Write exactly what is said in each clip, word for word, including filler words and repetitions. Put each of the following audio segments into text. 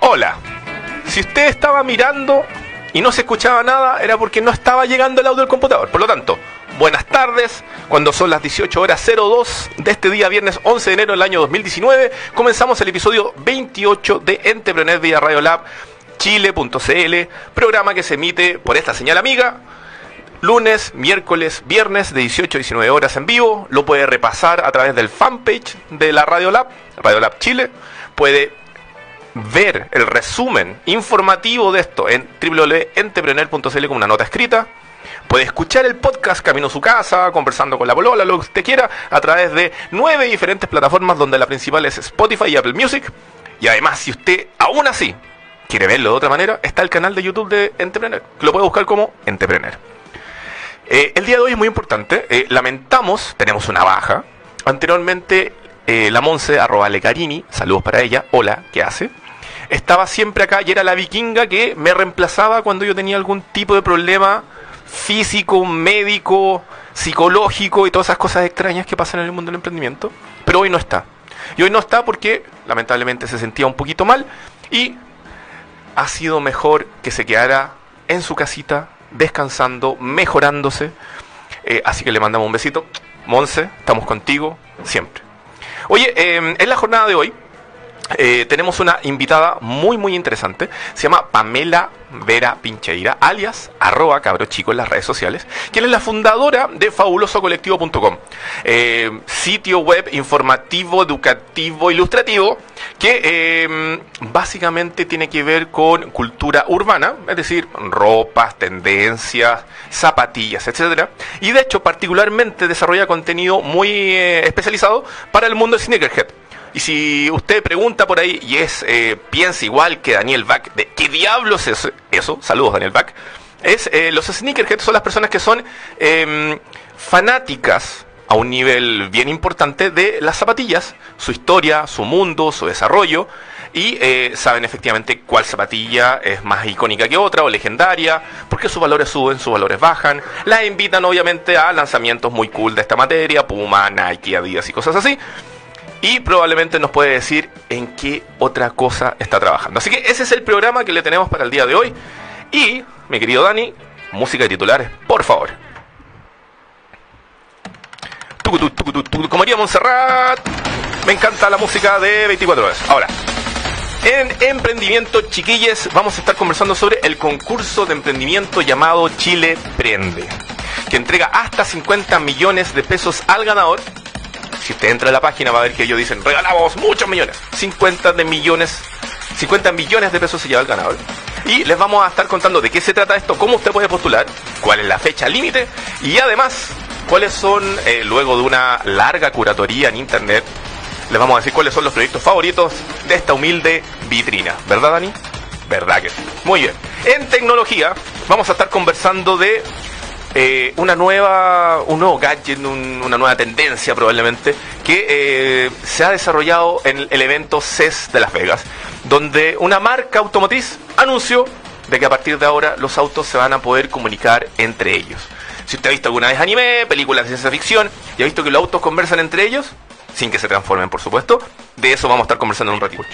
Hola. Si usted estaba mirando y no se escuchaba nada, era porque no estaba llegando el audio del computador. Por lo tanto, buenas tardes. Cuando son las dieciocho horas cero dos de este día, viernes once de enero del año dos mil diecinueve, comenzamos el episodio veintiocho de Entrepreneur vía Radiolab Chile punto c l, programa que se emite por esta señal amiga lunes, miércoles, viernes de dieciocho a diecinueve horas en vivo. Lo puede repasar a través del fanpage de la Radiolab, Radiolab Chile. Puede ver el resumen informativo de esto en w w w punto entrepreneur punto c l con una nota escrita. Puede escuchar el podcast camino a su casa, conversando con la polola, lo que usted quiera, a través de nueve diferentes plataformas, donde la principal es Spotify y Apple Music. Y además, si usted aún así quiere verlo de otra manera, está el canal de YouTube de Entrepreneur, que lo puede buscar como Entrepreneur. Eh, el día de hoy es muy importante. Eh, lamentamos, tenemos una baja. Anteriormente, eh, la Monse, arroba Lecarini, saludos para ella, hola, ¿qué hace? Estaba siempre acá y era la vikinga que me reemplazaba cuando yo tenía algún tipo de problema físico, médico, psicológico y todas esas cosas extrañas que pasan en el mundo del emprendimiento. Pero hoy no está. Y hoy no está porque lamentablemente se sentía un poquito mal y ha sido mejor que se quedara en su casita, descansando, mejorándose. Eh, así que le mandamos un besito. Monse, estamos contigo siempre. Oye, eh, en la jornada de hoy Eh, tenemos una invitada muy muy interesante. Se llama Pamela Vera Pincheira, alias arroba cabro chico en las redes sociales, quien es la fundadora de fabuloso colectivo punto com, eh, sitio web informativo, educativo, ilustrativo, que eh, básicamente tiene que ver con cultura urbana, es decir, ropas, tendencias, zapatillas, etcétera. Y de hecho particularmente desarrolla contenido muy eh, especializado para el mundo del sneakerhead. Y si usted pregunta por ahí y es eh, piensa igual que Daniel Bach, de ¿qué diablos es eso? Saludos, Daniel Bach. Es, eh, los sneakerheads son las personas que son eh, fanáticas a un nivel bien importante de las zapatillas, su historia, su mundo, su desarrollo, y eh, saben efectivamente cuál zapatilla es más icónica que otra o legendaria, porque sus valores suben, sus valores bajan. Las invitan obviamente a lanzamientos muy cool de esta materia, Puma, Nike, Adidas y cosas así. Y probablemente nos puede decir en qué otra cosa está trabajando. Así que ese es el programa que le tenemos para el día de hoy. Y, mi querido Dani, música de titulares, por favor. Tucutu, tucutu, tucutu, como diría Montserrat. Me encanta la música de veinticuatro horas. Ahora, en emprendimiento, chiquilles, vamos a estar conversando sobre el concurso de emprendimiento llamado Chile Prende, que entrega hasta cincuenta millones de pesos al ganador. Si usted entra a la página va a ver que ellos dicen regalamos muchos millones, cincuenta de millones, cincuenta millones de pesos se lleva el ganador. Y les vamos a estar contando de qué se trata esto, cómo usted puede postular, cuál es la fecha límite y además cuáles son, eh, luego de una larga curatoría en internet, les vamos a decir cuáles son los proyectos favoritos de esta humilde vitrina. ¿Verdad, Dani? ¿Verdad que sí? Muy bien. En tecnología vamos a estar conversando de Eh, una nueva, un nuevo gadget, un, una nueva tendencia probablemente, que eh, se ha desarrollado en el evento C E S de Las Vegas, donde una marca automotriz anunció de que a partir de ahora los autos se van a poder comunicar entre ellos. Si usted ha visto alguna vez anime, películas de ciencia ficción, y ha visto que los autos conversan entre ellos, sin que se transformen, por supuesto, de eso vamos a estar conversando en un ratito.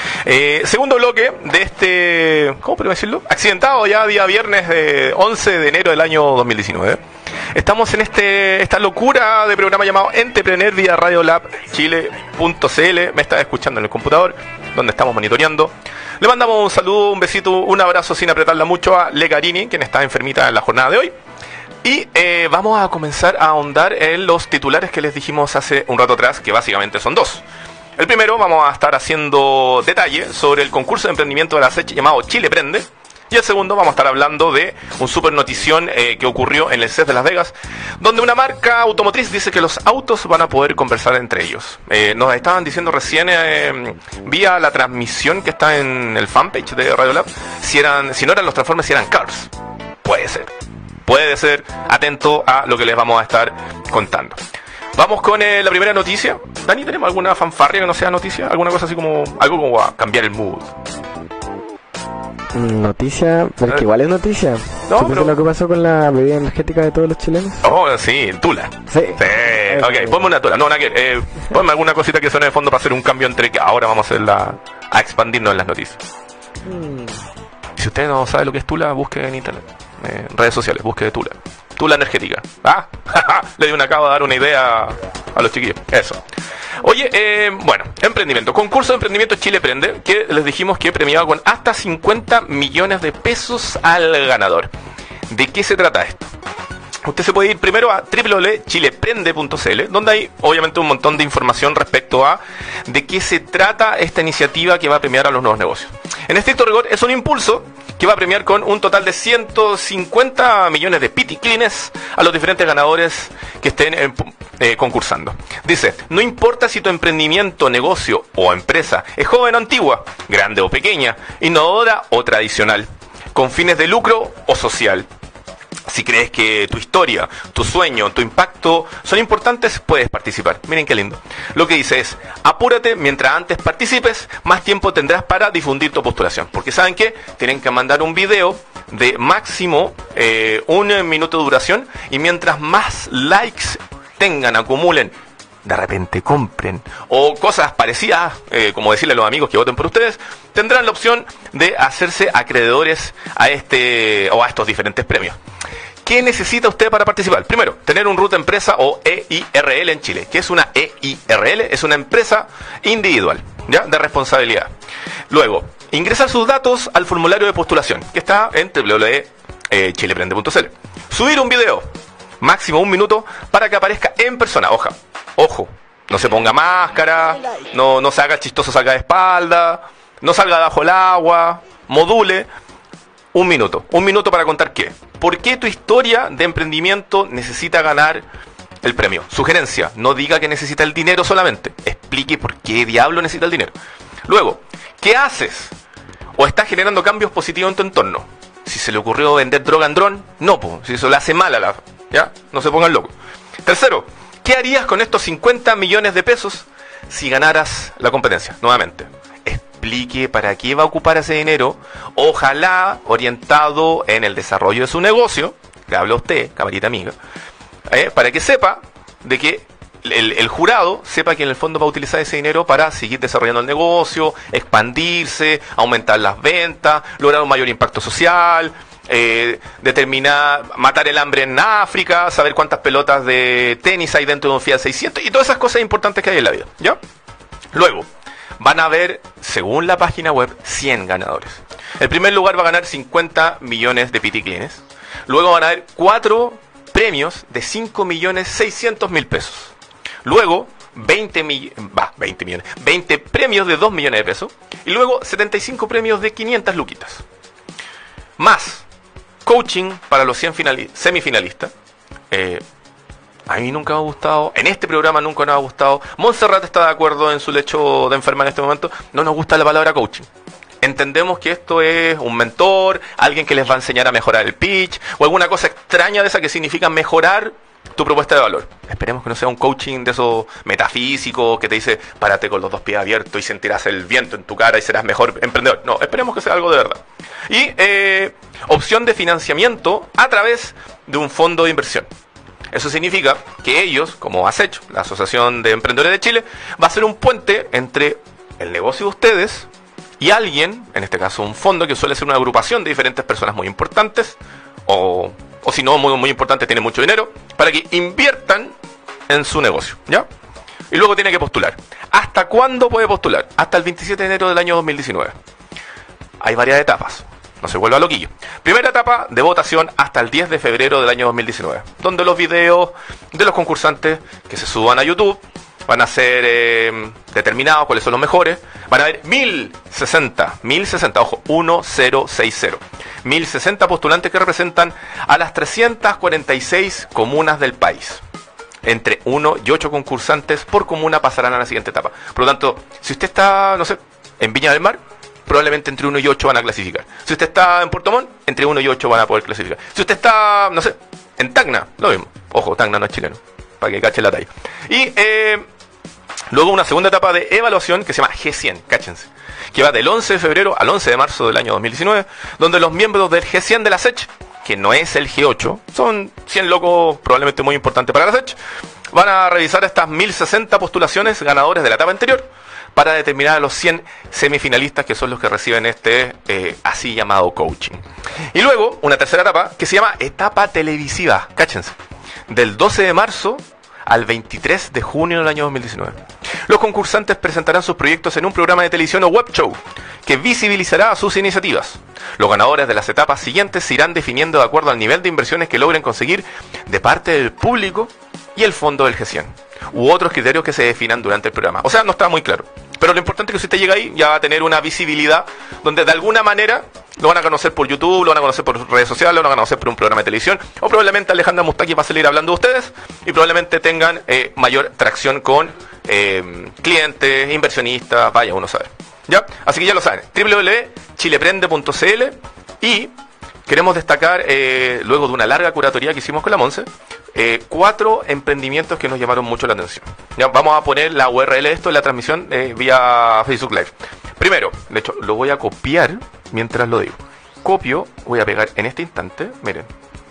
Eh, segundo bloque de este, ¿cómo podemos decirlo? Accidentado ya día viernes de once de enero del año dos mil diecinueve. Estamos en este esta locura de programa llamado Entrepreneur vía Radiolab Chile punto c l. Me está escuchando en el computador, donde estamos monitoreando. Le mandamos un saludo, un besito, un abrazo sin apretarla mucho a Lecarini, quien está enfermita en la jornada de hoy. Y eh, vamos a comenzar a ahondar en los titulares que les dijimos hace un rato atrás, que básicamente son dos. El primero, vamos a estar haciendo detalle sobre el concurso de emprendimiento de la S E C llamado Chile Prende. Y el segundo, vamos a estar hablando de un super notición eh, que ocurrió en el C E S de Las Vegas, donde una marca automotriz dice que los autos van a poder conversar entre ellos. Eh, nos estaban diciendo recién, eh, vía la transmisión que está en el fanpage de Radiolab, si, eran, si no eran los Transformers, si eran Cars. Puede ser. Puede ser, atento a lo que les vamos a estar contando. Vamos con eh, la primera noticia. Dani, ¿tenemos alguna fanfarria que no sea noticia? ¿Alguna cosa así como, algo como a cambiar el mood? Noticia, pero que igual es noticia. No, pero... lo que pasó con la bebida energética de todos los chilenos? Oh, sí, Tula. Sí. Sí, ok, ponme una Tula. No, nada que, eh, ponme alguna cosita que suene de fondo para hacer un cambio entre que ahora vamos a hacer la, a expandirnos en las noticias. Mm. Si usted no sabe lo que es Tula, busque en internet, eh, redes sociales, busque de Tula. Tula energética. ¿Ah? Le di una acabo de dar una idea a los chiquillos. Eso. Oye, eh, bueno, emprendimiento. Concurso de emprendimiento Chile Prende, que les dijimos que premiaba con hasta cincuenta millones de pesos al ganador. ¿De qué se trata esto? Usted se puede ir primero a doble u doble u doble u punto chile prende punto c l, donde hay obviamente un montón de información respecto a de qué se trata esta iniciativa que va a premiar a los nuevos negocios. En estricto rigor es un impulso que va a premiar con un total de ciento cincuenta millones de piticlines a los diferentes ganadores que estén eh, eh, concursando. Dice, no importa si tu emprendimiento, negocio o empresa es joven o antigua, grande o pequeña, innovadora o tradicional, con fines de lucro o social. Si crees que tu historia, tu sueño, tu impacto son importantes, puedes participar. Miren qué lindo. Lo que dice es, apúrate, mientras antes participes, más tiempo tendrás para difundir tu postulación. Porque ¿saben qué? Tienen que mandar un video de máximo eh, un minuto de duración, y mientras más likes tengan, acumulen, de repente compren, o cosas parecidas, eh, como decirle a los amigos que voten por ustedes, tendrán la opción de hacerse acreedores a este o a estos diferentes premios. ¿Qué necesita usted para participar? Primero, tener un root empresa o E I R L en Chile. ¿Qué es una E I R L? Es una empresa individual, ¿ya? De responsabilidad. Luego, ingresar sus datos al formulario de postulación, que está en doble u doble u doble u punto chile prende punto c l. Subir un video, máximo un minuto, para que aparezca en persona. Oja, ojo, no se ponga máscara, no, no se haga chistoso, salga de espalda, no salga bajo el agua, module. Un minuto, un minuto para contar qué. ¿Por qué tu historia de emprendimiento necesita ganar el premio? Sugerencia, no diga que necesita el dinero solamente. Explique por qué diablo necesita el dinero. Luego, ¿qué haces? ¿O estás generando cambios positivos en tu entorno? Si se le ocurrió vender droga en dron, no, pues, si eso le hace mal a la... ¿Ya? No se pongan locos. Tercero, ¿qué harías con estos cincuenta millones de pesos si ganaras la competencia? Nuevamente, explique para qué va a ocupar ese dinero, ojalá orientado en el desarrollo de su negocio, le habla a usted, camarita amiga, eh, para que sepa de que el, el jurado sepa que en el fondo va a utilizar ese dinero para seguir desarrollando el negocio, expandirse, aumentar las ventas, lograr un mayor impacto social, eh, determinar, matar el hambre en África, saber cuántas pelotas de tenis hay dentro de un Fiat seiscientos y todas esas cosas importantes que hay en la vida, ¿ya? Luego, van a haber, según la página web, cien ganadores. El primer lugar va a ganar cincuenta millones de piticlines. Luego van a haber cuatro premios de cinco millones seiscientos mil pesos. Luego, veinte, mi, bah, veinte millones, veinte premios de dos millones de pesos. Y luego, setenta y cinco premios de quinientas luquitas. Más coaching para los cien finali- semifinalistas. Eh... A mí nunca me ha gustado, en este programa nunca nos ha gustado. Montserrat está de acuerdo en su lecho de enferma en este momento. No nos gusta la palabra coaching. Entendemos que esto es un mentor, alguien que les va a enseñar a mejorar el pitch, o alguna cosa extraña de esa que significa mejorar tu propuesta de valor. Esperemos que no sea un coaching de esos metafísicos que te dice, párate con los dos pies abiertos y sentirás el viento en tu cara y serás mejor emprendedor. No, esperemos que sea algo de verdad. Y eh, opción de financiamiento a través de un fondo de inversión. Eso significa que ellos, como ASECH, la Asociación de Emprendedores de Chile, va a ser un puente entre el negocio de ustedes y alguien, en este caso un fondo, que suele ser una agrupación de diferentes personas muy importantes, o, o si no, muy, muy importante, tiene mucho dinero, para que inviertan en su negocio, ¿ya? Y luego tiene que postular. ¿Hasta cuándo puede postular? Hasta el veintisiete de enero del año dos mil diecinueve. Hay varias etapas. No se vuelva loquillo. Primera etapa de votación hasta el diez de febrero del año dos mil diecinueve, donde los videos de los concursantes que se suban a YouTube van a ser eh, determinados cuáles son los mejores. Van a haber mil sesenta, mil sesenta, ojo, mil sesenta, mil sesenta postulantes que representan a las trescientas cuarenta y seis comunas del país. Entre uno y ocho concursantes por comuna pasarán a la siguiente etapa. Por lo tanto, si usted está, no sé, en Viña del Mar, probablemente entre uno y ocho van a clasificar. Si usted está en Puerto Montt, entre uno y ocho van a poder clasificar. Si usted está, no sé, en Tacna, lo mismo. Ojo, Tacna no es chileno, para que cache la talla. Y eh, luego una segunda etapa de evaluación que se llama G cien, cáchense, que va del once de febrero al once de marzo del año dos mil diecinueve, donde los miembros del G cien de la SECH, que no es el G ocho, son cien locos probablemente muy importantes para la SECH, van a revisar estas mil sesenta postulaciones ganadores de la etapa anterior, para determinar a los cien semifinalistas que son los que reciben este eh, así llamado coaching. Y luego, una tercera etapa que se llama etapa televisiva, cáchense, del doce de marzo al veintitrés de junio del año dos mil diecinueve. Los concursantes presentarán sus proyectos en un programa de televisión o web show que visibilizará sus iniciativas. Los ganadores de las etapas siguientes se irán definiendo de acuerdo al nivel de inversiones que logren conseguir de parte del público y el fondo del G cien, u otros criterios que se definan durante el programa. O sea, no está muy claro. Pero lo importante es que si usted llega ahí, ya va a tener una visibilidad donde de alguna manera lo van a conocer por YouTube, lo van a conocer por redes sociales, lo van a conocer por un programa de televisión, o probablemente Alejandra Mustaki va a salir hablando de ustedes y probablemente tengan eh, mayor tracción con eh, clientes, inversionistas, vaya, uno sabe. ¿Ya? Así que ya lo saben, doble u doble u doble u punto chileprende punto c l, y queremos destacar, eh, luego de una larga curatoría que hicimos con la Monse, eh, cuatro emprendimientos que nos llamaron mucho la atención. Ya, vamos a poner la U R L de esto en la transmisión eh, vía Facebook Live. Primero, de hecho, lo voy a copiar mientras lo digo. Copio, voy a pegar en este instante, miren,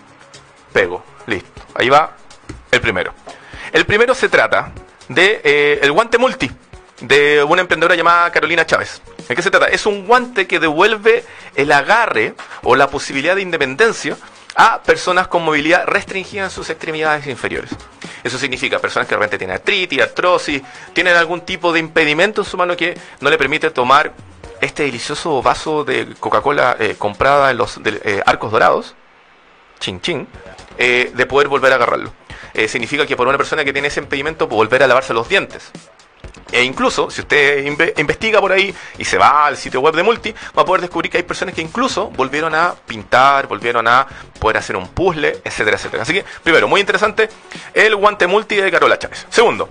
pego, listo, ahí va el primero. El primero se trata de eh, el guante multi de una emprendedora llamada Carolina Chávez. ¿De qué se trata? Es un guante que devuelve el agarre o la posibilidad de independencia a personas con movilidad restringida en sus extremidades inferiores. Eso significa personas que de repente tienen artritis, artrosis, tienen algún tipo de impedimento en su mano que no le permite tomar este delicioso vaso de Coca-Cola eh, comprada en los de, eh, Arcos Dorados, chin chin, eh, de poder volver a agarrarlo. Eh, significa que por una persona que tiene ese impedimento, volver a lavarse los dientes. E incluso, si usted inve- investiga por ahí y se va al sitio web de Multi, va a poder descubrir que hay personas que incluso volvieron a pintar, volvieron a poder hacer un puzzle, etcétera, etcétera. Así que, primero, muy interesante, el guante Multi de Carola Chávez. Segundo,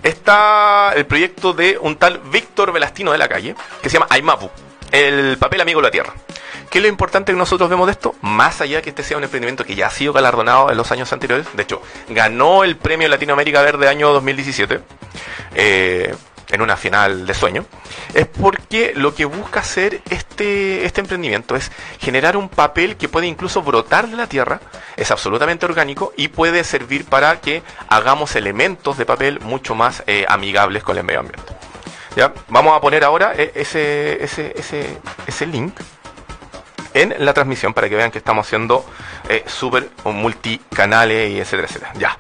está el proyecto de un tal Víctor Velastino de la Calle, que se llama Aimapu, el papel amigo de la tierra. ¿Qué es lo importante que nosotros vemos de esto? Más allá que este sea un emprendimiento que ya ha sido galardonado en los años anteriores, de hecho, ganó el premio Latinoamérica Verde año dos mil diecisiete, eh, en una final de sueño, es porque lo que busca hacer este, este emprendimiento es generar un papel que puede incluso brotar de la tierra, es absolutamente orgánico y puede servir para que hagamos elementos de papel mucho más eh, amigables con el medio ambiente. ¿Ya? Vamos a poner ahora ese, ese, ese, ese link en la transmisión para que vean que estamos haciendo eh, súper multicanales y etcétera, etcétera. Ya.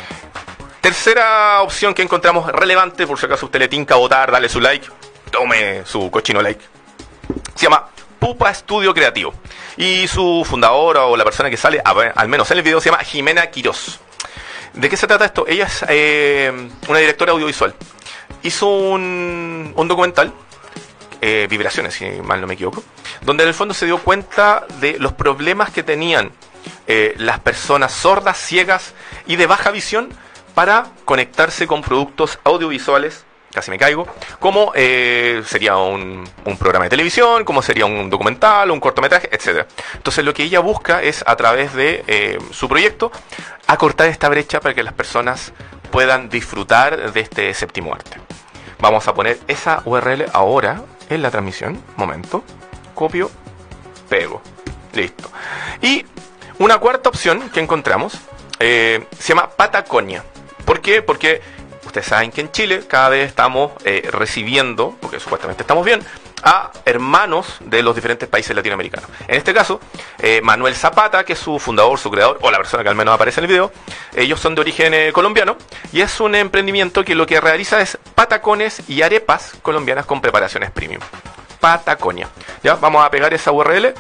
Tercera opción que encontramos relevante, por si acaso usted le tinca votar, dale su like, tome su cochino like. Se llama Pupa Estudio Creativo. Y su fundadora o la persona que sale, a ver, al menos en el video, se llama Jimena Quirós. ¿De qué se trata esto? Ella es eh, una directora audiovisual. Hizo un, un documental, eh, Vibraciones, si mal no me equivoco, donde en el fondo se dio cuenta de los problemas que tenían eh, las personas sordas, ciegas y de baja visión para conectarse con productos audiovisuales, casi me caigo, como eh, sería un, un programa de televisión, como sería un documental, un cortometraje, etcétera. Entonces lo que ella busca es, a través de eh, su proyecto, acortar esta brecha para que las personas puedan disfrutar de este séptimo arte. Vamos a poner esa U R L ahora en la transmisión. Momento. Copio, pego. Listo. Y una cuarta opción que encontramos eh, se llama Pataconia. ¿Por qué? Porque ustedes saben que en Chile cada vez estamos eh, recibiendo, porque supuestamente estamos bien, a hermanos de los diferentes países latinoamericanos. En este caso, eh, Manuel Zapata, que es su fundador, su creador, o la persona que al menos aparece en el video, ellos son de origen eh, colombiano, y es un emprendimiento que lo que realiza es patacones y arepas colombianas con preparaciones premium. Pataconia. Ya, vamos a pegar esa U R L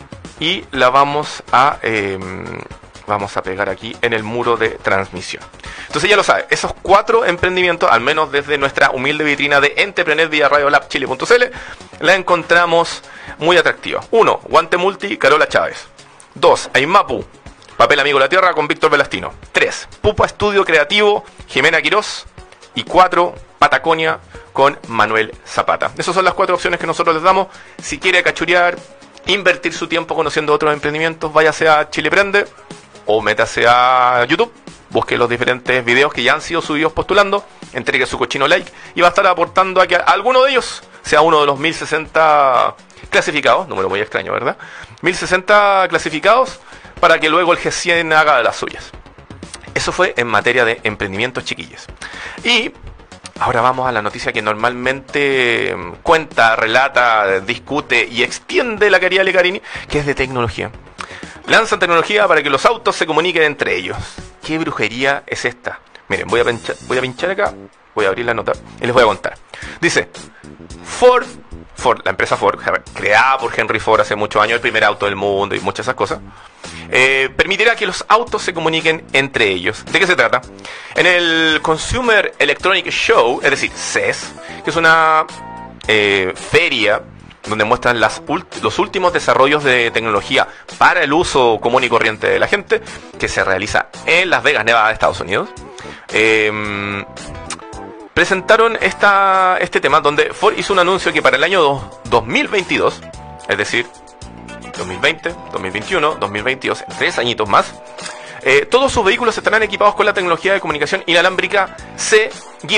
y la vamos a... Eh, vamos a pegar aquí en el muro de transmisión. Entonces ya lo sabe, esos cuatro emprendimientos, al menos desde nuestra humilde vitrina de Entrepreneur vía radiolab chile punto c l, la encontramos muy atractiva. Uno, Guante Multi, Carola Chávez. Dos, Aimapu, Papel Amigo de la Tierra con Víctor Velastino. Tres, Pupa Estudio Creativo, Jimena Quirós. Y cuatro, Pataconia con Manuel Zapata. Esas son las cuatro opciones que nosotros les damos. Si quiere cachurear, invertir su tiempo conociendo otros emprendimientos, váyase a Chile Prende o métase a YouTube, busque los diferentes videos que ya han sido subidos postulando, entregue su cochino like y va a estar aportando a que alguno de ellos sea uno de los mil sesenta clasificados, número muy extraño, ¿verdad? mil sesenta clasificados para que luego el G cien haga de las suyas. Eso fue en materia de emprendimientos, chiquillos. Y ahora vamos a la noticia que normalmente cuenta, relata, discute y extiende la querida Lecarini, que es de tecnología. Lanzan tecnología para que los autos se comuniquen entre ellos. ¿Qué brujería es esta? Miren, voy a pinchar, voy a pinchar acá, voy a abrir la nota y les voy a contar. Dice, Ford, Ford, la empresa Ford, creada por Henry Ford hace muchos años, el primer auto del mundo y muchas de esas cosas, eh, permitirá que los autos se comuniquen entre ellos. ¿De qué se trata? En el Consumer Electronic Show, es decir, C E S, que es una eh, feria donde muestran las ult- los últimos desarrollos de tecnología para el uso común y corriente de la gente, que se realiza en Las Vegas, Nevada, Estados Unidos. Eh, presentaron esta, este tema donde Ford hizo un anuncio que para el año dos, dos mil veintidós, es decir, dos mil veinte, dos mil veintiuno, dos mil veintidós, en tres añitos más, eh, todos sus vehículos estarán equipados con la tecnología de comunicación inalámbrica C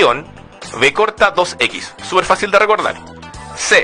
V dos X. Súper fácil de recordar. C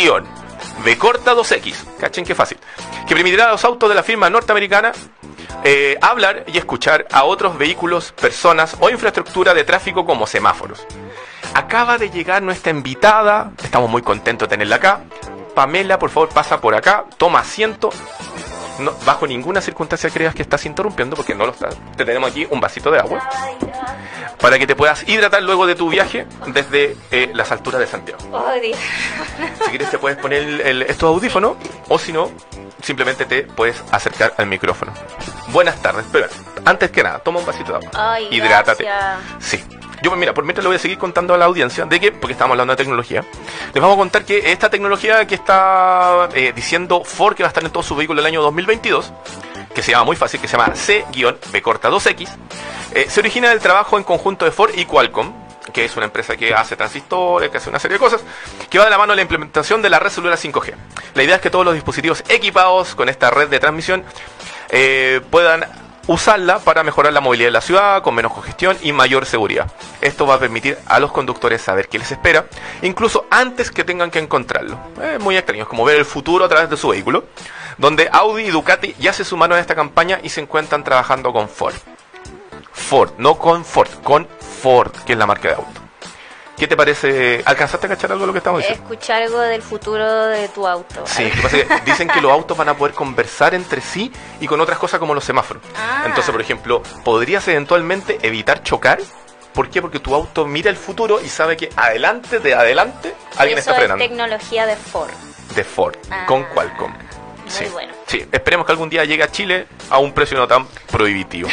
V dos X. Cachen qué fácil. Que permitirá a los autos de la firma norteamericana eh, hablar y escuchar a otros vehículos, personas o infraestructura de tráfico como semáforos. Acaba de llegar nuestra invitada. Estamos muy contentos de tenerla acá. Pamela, por favor, pasa por acá. Toma asiento. No, bajo ninguna circunstancia creas que estás interrumpiendo, porque no lo estás. Te tenemos aquí un vasito de agua para que te puedas hidratar luego de tu viaje desde eh, las alturas de Santiago. Oh, Dios. Si quieres te puedes poner el, el, estos audífonos, o si no, simplemente te puedes acercar al micrófono. Buenas tardes, pero antes que nada, toma un vasito de agua. Ay, hidrátate. Gracias. Sí. Yo, mira, por mientras le voy a seguir contando a la audiencia de que, porque estamos hablando de tecnología, les vamos a contar que esta tecnología que está eh, diciendo Ford que va a estar en todos sus vehículos el año dos mil veintidós, que se llama muy fácil, que se llama C V dos X, eh, se origina del trabajo en conjunto de Ford y Qualcomm, que es una empresa que hace transistores, que hace una serie de cosas, que va de la mano de la implementación de la red celular cinco G. La idea es que todos los dispositivos equipados con esta red de transmisión eh, puedan usarla para mejorar la movilidad de la ciudad, con menos congestión y mayor seguridad. Esto va a permitir a los conductores saber qué les espera, incluso antes que tengan que encontrarlo. Es muy extraño, es como ver el futuro a través de su vehículo, donde Audi y Ducati ya se sumaron a esta campaña y se encuentran trabajando con Ford. Ford, no con Ford, con Ford, que es la marca de auto. ¿Qué te parece? ¿Alcanzaste a cachar algo de lo que estamos diciendo? Escuchar algo del futuro de tu auto. Sí, que pasa es que dicen que los autos van a poder conversar entre sí y con otras cosas como los semáforos. Ah. Entonces, por ejemplo, podrías eventualmente evitar chocar. ¿Por qué? Porque tu auto mira el futuro y sabe que adelante, de adelante, alguien Eso está frenando. es tecnología de Ford. De Ford, Ah, con Qualcomm. Muy Sí. bueno. Sí, esperemos que algún día llegue a Chile a un precio no tan prohibitivo.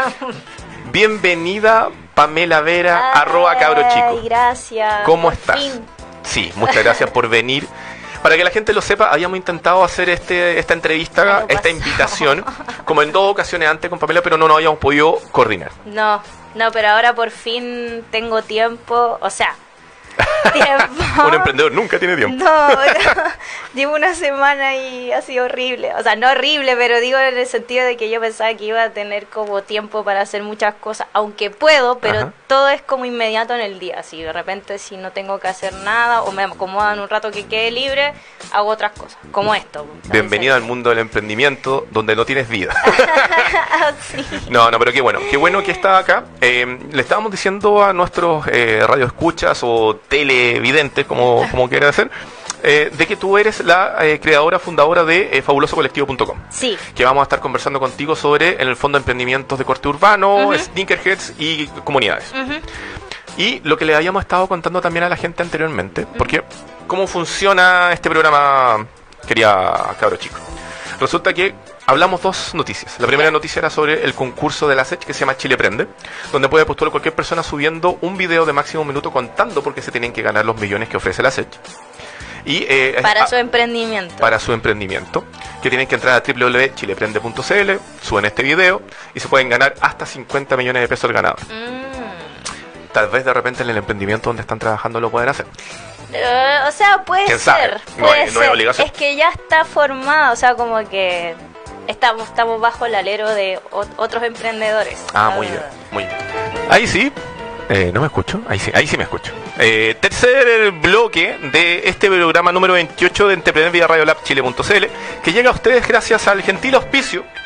Bienvenida, Pamela Vera, Ay, arroba cabro chico. Gracias. ¿Cómo por estás? fin. Sí, muchas gracias por venir. Para que la gente lo sepa, habíamos intentado hacer este esta entrevista, Año esta pasado. invitación, como en dos ocasiones antes con Pamela, pero no nos habíamos podido coordinar. No, no, pero ahora por fin tengo tiempo, o sea, tiempo. Un emprendedor nunca tiene tiempo. No, no, llevo una semana y ha sido horrible. O sea, no horrible, pero digo en el sentido de que yo pensaba que iba a tener como tiempo para hacer muchas cosas, aunque puedo, pero Ajá. todo es como inmediato en el día. Así de repente si no tengo que hacer nada o me acomodan un rato que quede libre, hago otras cosas, como esto. Bienvenida al mundo del emprendimiento donde no tienes vida. Sí. No, no, pero qué bueno, qué bueno que está acá. Eh, le estábamos diciendo a nuestros eh, radioescuchas o televidentes, como, como quieran hacer, eh, de que tú eres la eh, creadora, fundadora de eh, fabuloso colectivo punto com. Sí. Que vamos a estar conversando contigo sobre, en el fondo, emprendimientos de corte urbano, Ujú. sneakerheads y comunidades. Ujú. Y lo que le habíamos estado contando también a la gente anteriormente, porque cómo funciona este programa, quería cabro chico. Resulta que hablamos dos noticias. La primera noticia era sobre el concurso de la S E C, que se llama Chile Prende, donde puede postular cualquier persona subiendo un video de máximo un minuto contando por qué se tienen que ganar los millones que ofrece la S E C. Y, eh, Para a- su emprendimiento. para su emprendimiento, que tienen que entrar a w w w punto chileprende punto c l, suben este video y se pueden ganar hasta cincuenta millones de pesos ganados. Mm. Tal vez de repente en el emprendimiento donde están trabajando lo pueden hacer. Eh, o sea, puede ¿Quién sabe? ser, No puede hay- no hay ser. obligación. Es que ya está formado, o sea, como que estamos, estamos bajo el alero de o- otros emprendedores. Ah, muy bien, muy bien. Ahí sí, eh, no me escucho, ahí sí, ahí sí me escucho. Eh, tercer bloque de este programa número veintiocho de Entreprender vía Radio Lab Chile punto c l, que llega a ustedes gracias al gentil auspicio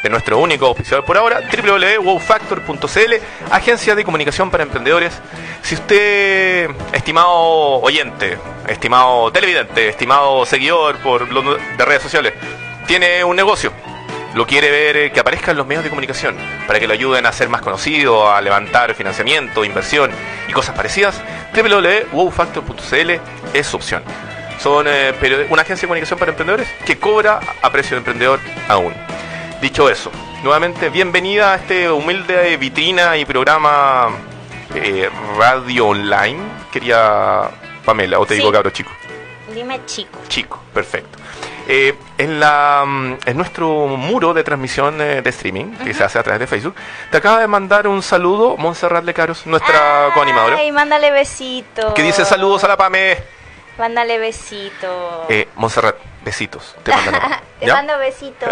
de nuestro único auspiciador por ahora, doble u doble u doble u punto wow factor punto c l, agencia de comunicación para emprendedores. Si usted, estimado oyente, estimado televidente, estimado seguidor por lo- de redes sociales, tiene un negocio, lo quiere ver eh, que aparezca en los medios de comunicación para que lo ayuden a ser más conocido, a levantar financiamiento, inversión y cosas parecidas, doble u doble u doble u punto wow factor punto c l es su opción. Son eh, period- una agencia de comunicación para emprendedores que cobra a precio de emprendedor aún. Dicho eso, nuevamente bienvenida a este humilde vitrina y programa eh, radio online. Quería Pamela, o te Sí. digo cabro chico. Dime chico. Chico, perfecto. Eh, en, la, mm, en nuestro muro de transmisión eh, de streaming, que se hace a través de Facebook, te acaba de mandar un saludo Montserrat Lecaros, nuestra coanimadora, Ay, mándale besito. que dice saludos a la Pame. Mándale besito. Eh, Montserrat, besitos. Te mandan a Pame, Te ¿ya? mando besitos.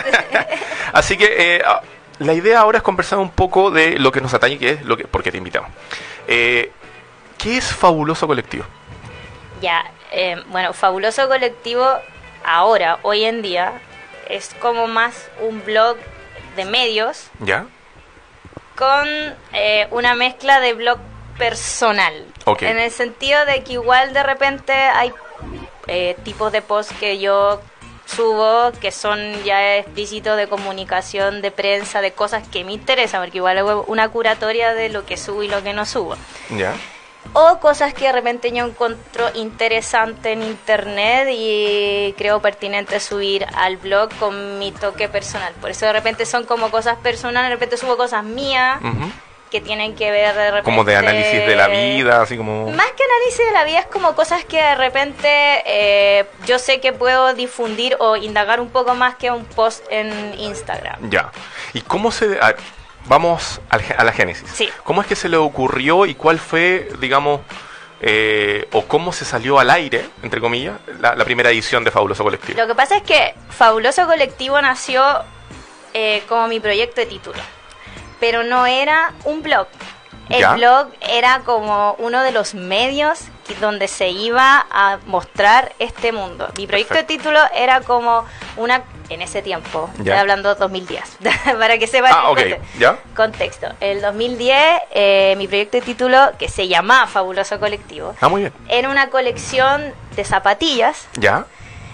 Así que eh, ah, la idea ahora es conversar un poco de lo que nos atañe, que es lo que, porque te invitamos. Eh, ¿Qué es Fabuloso Colectivo? Ya, eh, bueno, Fabuloso Colectivo ahora, hoy en día, es como más un blog de medios ¿Ya? con eh, una mezcla de blog personal. Ok. En el sentido de que igual de repente hay eh, tipos de posts que yo subo que son ya explícitos de comunicación, de prensa, de cosas que me interesan, porque igual hago una curatoria de lo que subo y lo que no subo. ¿Ya? O cosas que de repente yo encuentro interesante en internet y creo pertinente subir al blog con mi toque personal. Por eso de repente son como cosas personales, de repente subo cosas mías Ujú. que tienen que ver de repente... Como de análisis de la vida, así como... Más que análisis de la vida es como cosas que de repente eh, yo sé que puedo difundir o indagar un poco más que un post en Instagram. Ya. ¿Y cómo se...? A ver, vamos al ge- a la génesis. Sí. ¿Cómo es que se le ocurrió y cuál fue, digamos, eh, o cómo se salió al aire, entre comillas, la, la primera edición de Fabuloso Colectivo? Lo que pasa es que Fabuloso Colectivo nació eh, como mi proyecto de título, pero no era un blog. El Ya. blog era como uno de los medios que- donde se iba a mostrar este mundo. Mi proyecto Perfecto. de título era como una, en ese tiempo, Ya. estoy hablando dos mil diez, para que sepan Ah, el ok. conte- ¿Ya? contexto. El dos mil diez, eh, mi proyecto de título, que se llamaba Fabuloso Colectivo, Ah, muy bien. era una colección de zapatillas ¿Ya?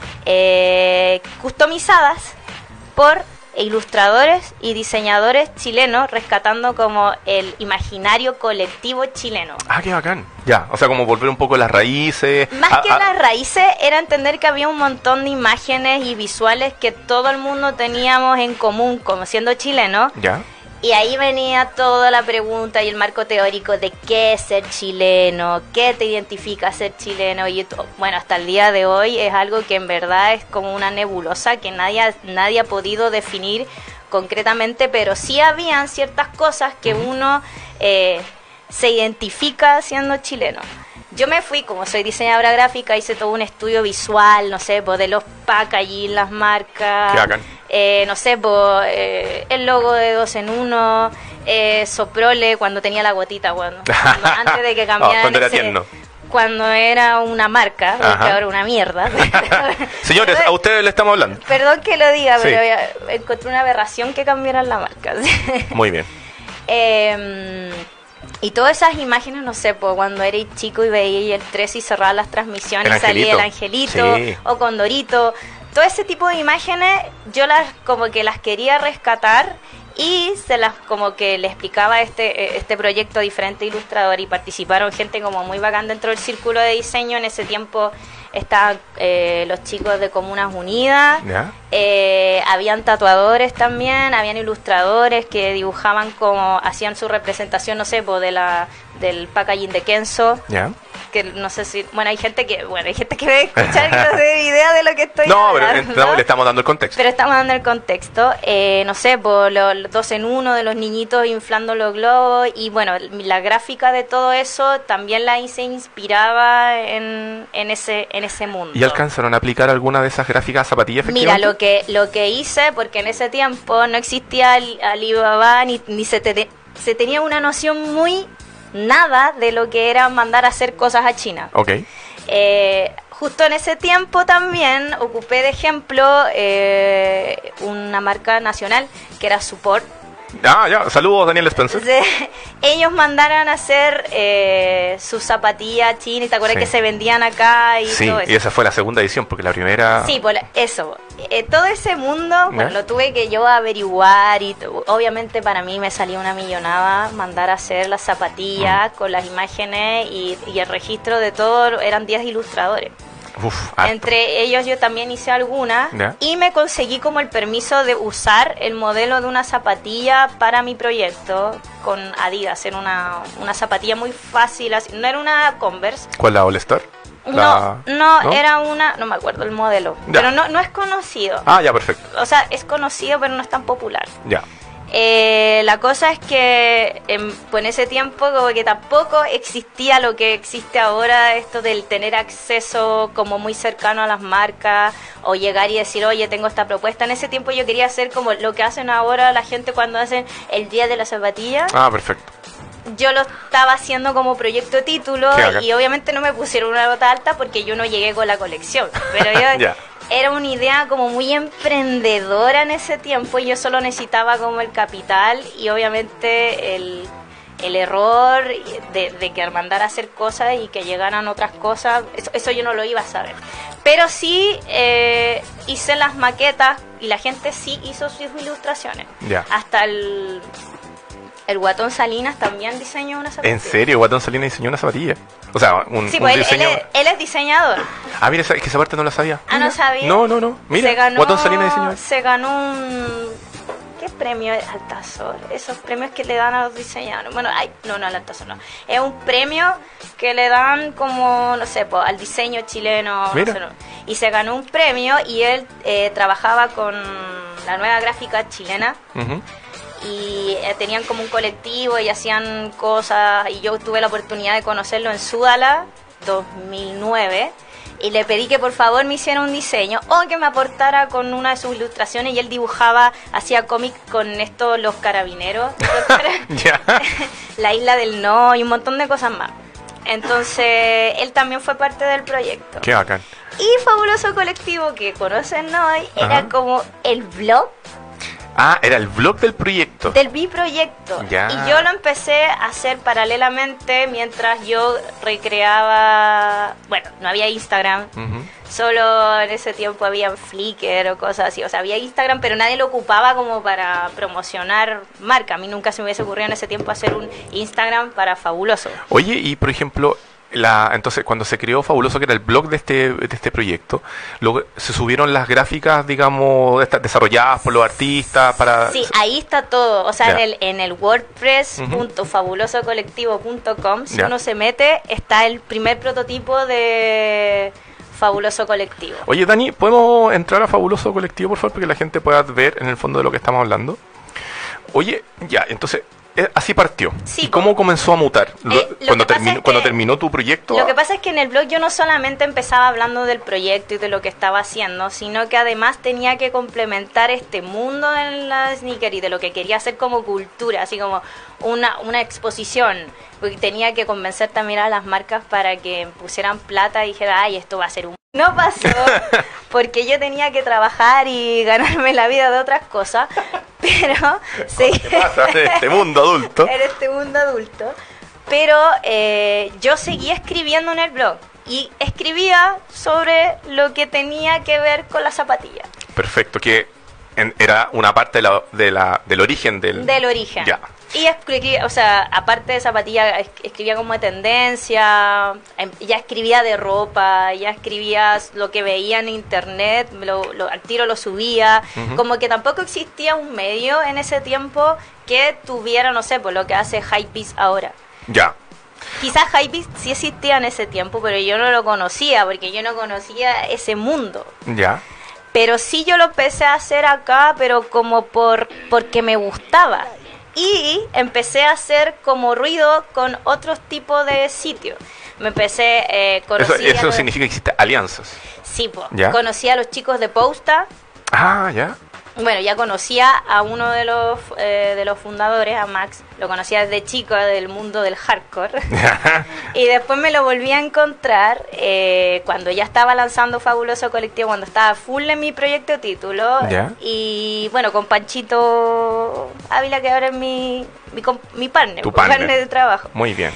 eh, customizadas por ilustradores y diseñadores chilenos, rescatando como el imaginario colectivo chileno. Ah, qué bacán. Ya, o sea, como volver un poco a las raíces. Más a- que a- las raíces, era entender que había un montón de imágenes y visuales que todo el mundo teníamos en común como siendo chilenos. Ya. Y ahí venía toda la pregunta y el marco teórico de qué es ser chileno, qué te identifica ser chileno. Y esto, bueno, hasta el día de hoy es algo que en verdad es como una nebulosa que nadie, ha- nadie ha podido definir concretamente, pero sí habían ciertas cosas que uno eh, se identifica siendo chileno. Yo me fui, como soy diseñadora gráfica, hice todo un estudio visual, no sé, pues, de los packaging, las marcas, Qué bacán. eh, no sé, pues, eh, el logo de dos en uno, eh, Soprole cuando tenía la gotita, cuando, cuando- antes de que Oh, cambiaran cuando era ese- tierno. cuando era una marca, Ajá. porque ahora una mierda. Señores, a ustedes le estamos hablando. Perdón que lo diga, Sí. pero ya encontré una aberración que cambiaran la marca. Muy bien. Eh, y todas esas imágenes, no sé, pues cuando eres chico y veías el tres y cerraba las transmisiones El y salía el angelito. angelito Sí. o Condorito. Todo ese tipo de imágenes yo las como que las quería rescatar y se las como que le explicaba este eh, este proyecto a diferentes ilustradores y participaron gente como muy bacán dentro del círculo de diseño. En ese tiempo estaban eh, los chicos de Comunas Unidas, ¿Ya? eh, habían tatuadores también, habían ilustradores que dibujaban como, hacían su representación, no sé, po, de la del packaging de Kenzo, ¿Ya? que no sé si, bueno, hay gente que, bueno, hay gente que debe escuchar que no tiene idea de lo que estoy No, pero hablando. estamos- le estamos dando el contexto. Pero estamos dando el contexto, eh, no sé, por los, los dos en uno de los niñitos inflando los globos y bueno, la gráfica de todo eso también la hice inspiraba en, en ese en ese mundo. ¿Y alcanzaron a aplicar alguna de esas gráficas a zapatillas? Mira, efectivamente? lo que lo que hice, porque en ese tiempo no existía Ali- Alibaba ni, ni se, te- se tenía una noción muy nada de lo que era mandar a hacer cosas a China. Ok. Eh, justo en ese tiempo también ocupé de ejemplo eh, una marca nacional que era Support. Ah, ya, saludos Daniel Spencer. Entonces, ellos mandaron a hacer eh, sus zapatillas chinas, ¿te acuerdas Sí. que se vendían acá y Sí, todo eso? y esa fue la segunda edición, porque la primera... Sí, pues eso. Eh, todo ese mundo, bueno, ¿Ya? lo tuve que yo averiguar y to- obviamente para mí me salía una millonada mandar a hacer las zapatillas Mm. con las imágenes y, y el registro de todo, eran diez ilustradores. Uf, harto. Entre ellos yo también hice algunas ¿Ya? y me conseguí como el permiso de usar el modelo de una zapatilla para mi proyecto con Adidas. Era una, una zapatilla muy fácil, así- no era una Converse. ¿Cuál, la All Star? La- No, no, ¿no? era una, no me acuerdo el modelo, Ya. pero no, no es conocido. Ah, ya, perfecto. O sea, es conocido, pero no es tan popular. Ya. Eh, la cosa es que en, pues en ese tiempo como que tampoco existía lo que existe ahora, esto del tener acceso como muy cercano a las marcas o llegar y decir, oye, tengo esta propuesta. En ese tiempo yo quería hacer como lo que hacen ahora la gente cuando hacen el Día de la Zapatilla. Ah, perfecto. Yo lo estaba haciendo como proyecto título Qué bacán. y obviamente no me pusieron una nota alta porque yo no llegué con la colección. Pero yo Ya. era una idea como muy emprendedora en ese tiempo y yo solo necesitaba como el capital y obviamente el, el error de, de que mandar a hacer cosas y que llegaran otras cosas, eso, eso yo no lo iba a saber. Pero sí eh, hice las maquetas y la gente sí hizo sus ilustraciones. Ya. Hasta el... El Guatón Salinas también diseñó una zapatilla. ¿En serio? Guatón Salinas diseñó una zapatilla. O sea, un, Sí, un pues él, diseño... él es, él es diseñador. Ah, mira, esa- es que esa parte no la sabía. Ah, ¿no Mira. sabía? No, no, no. Mira, se ganó, Guatón Salinas diseñó. se ganó un... ¿Qué premio es Altazor? Esos premios que le dan a los diseñadores. Bueno, ay, no, no, al Altazor no. Es un premio que le dan como, no sé, pues, al diseño chileno. no Mira. sé, no. Y se ganó un premio y él eh, trabajaba con la nueva gráfica chilena. Ujú. Y eh, tenían como un colectivo y hacían cosas y yo tuve la oportunidad de conocerlo en Súdala dos mil nueve y le pedí que por favor me hiciera un diseño o que me aportara con una de sus ilustraciones y él dibujaba, hacía cómics con estos los carabineros, los cara- Ya. la isla del no y un montón de cosas más. Entonces él también fue parte del proyecto. Qué bacán. Y Fabuloso Colectivo, que conocen hoy, era Ajá. como el blog Ah, era el blog del proyecto. del mi proyecto. Ya. Y yo lo empecé a hacer paralelamente mientras yo recreaba, bueno, no había Instagram, Ujú. solo en ese tiempo había Flickr o cosas así, o sea, había Instagram, pero nadie lo ocupaba como para promocionar marca. A mí nunca se me hubiese ocurrido en ese tiempo hacer un Instagram para Fabuloso. Oye, y por ejemplo, la, entonces cuando se creó Fabuloso, que era el blog de este, de este proyecto, luego se subieron las gráficas, digamos, estas desarrolladas por los artistas para... Sí, ahí está todo. O sea, Ya. en el, en el wordpress punto fabuloso colectivo punto com, si Ya. uno se mete, está el primer prototipo de Fabuloso Colectivo. Oye, Dani, ¿podemos entrar a Fabuloso Colectivo, por favor, para que la gente pueda ver en el fondo de lo que estamos hablando? Oye, ya, entonces, eh, así partió. Sí, ¿Y cómo comenzó a mutar? Lo- Eh, lo cuando, que pasa terminó, es cuando que- terminó tu proyecto... Lo que pasa es que en el blog yo no solamente empezaba hablando del proyecto y de lo que estaba haciendo, sino que además tenía que complementar este mundo en la sneaker y de lo que quería hacer como cultura, así como una, una exposición. Porque tenía que convencer también a las marcas para que pusieran plata y dijera, ay, esto va a ser un... No pasó, porque yo tenía que trabajar y ganarme la vida de otras cosas, pero... sí. ¿Qué pasa en este mundo adulto? En este mundo adulto. Pero eh, yo seguía escribiendo en el blog y escribía sobre lo que tenía que ver con la zapatilla. Perfecto, que en- era una parte de la, de la, del origen del... Del origen. Ya. Y escribía, o sea, aparte de zapatilla, es- escribía como de tendencia, em, ya escribía de ropa, ya escribía lo que veía en internet, lo, lo- al tiro lo subía. Ujú. Como que tampoco existía un medio en ese tiempo que tuviera, no sé, por lo que hace Hypebeast ahora. Ya. Quizás Hypebeast sí existía en ese tiempo, pero yo no lo conocía, porque yo no conocía ese mundo. Ya. Pero sí yo lo empecé a hacer acá, pero como por porque me gustaba. Y empecé a hacer como ruido con otros tipos de sitios. Me empecé, eh, Eso, conocí a eso los- significa que existen alianzas. Sí, po. ¿Ya? Conocí a los chicos de Posta, Ah, ya. bueno, ya conocía a uno de los eh, de los fundadores, a Max, lo conocía desde chico del mundo del hardcore. Y después me lo volví a encontrar eh, cuando ya estaba lanzando Fabuloso Colectivo, cuando estaba full en mi proyecto título. ¿Ya? Y bueno, con Panchito Ávila, que ahora es mi, mi, comp- mi partner, Tu mi partner. partner de trabajo. Muy bien.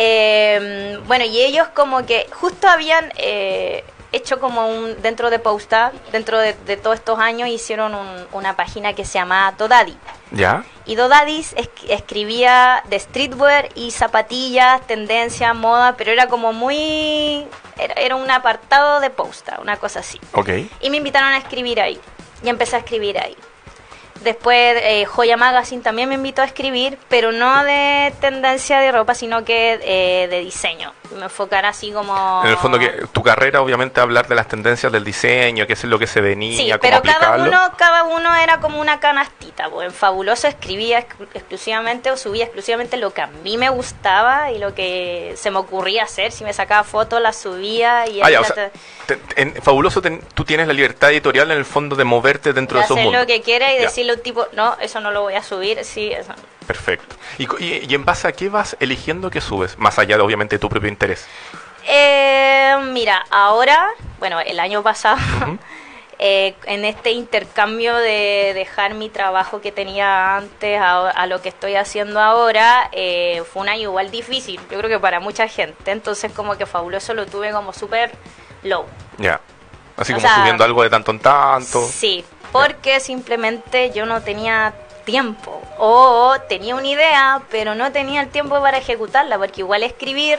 Eh, bueno, y ellos como que justo habían eh, hecho como un, dentro de Posta, dentro de, de todos estos años, hicieron un- una página que se llama Dodaddy. ¿Ya? Y Dodaddy es- escribía de streetwear y zapatillas, tendencia, moda, pero era como muy... Era, era un apartado de Posta, una cosa así. Ok. Y me invitaron a escribir ahí. Y empecé a escribir ahí. Después eh, Joya Magazine también me invitó a escribir, pero no de tendencia de ropa, sino que eh, de diseño. Me enfocar así como... En el fondo, que tu carrera, obviamente, hablar de las tendencias del diseño, qué es lo que se venía, Sí, cómo pero cada aplicarlo. uno, cada uno era como una canastita. Pues en Fabuloso escribía exclu- exclusivamente o subía exclusivamente lo que a mí me gustaba y lo que se me ocurría hacer. Si me sacaba fotos, las subía y Ah, ahí ya, o la sea, te- te- en Fabuloso ten- tú tienes la libertad editorial, en el fondo, de moverte dentro de de esos hacer mundos. lo que quiera y Ya. decirle a un tipo, no, eso no lo voy a subir, sí, eso no. Perfecto. ¿Y, co- y, y en base a qué vas eligiendo que subes? Más allá de, obviamente, tu propio interés. Eh, mira, ahora, bueno, el año pasado, Ujú. eh, en este intercambio de dejar mi trabajo que tenía antes a, a lo que estoy haciendo ahora, eh, fue un año igual difícil, yo creo que para mucha gente, entonces como que Fabuloso lo tuve como súper low. Ya. Así O como sea, subiendo algo de tanto en tanto. Sí, porque simplemente yo no tenía tiempo o tenía una idea, pero no tenía el tiempo para ejecutarla, porque igual escribir,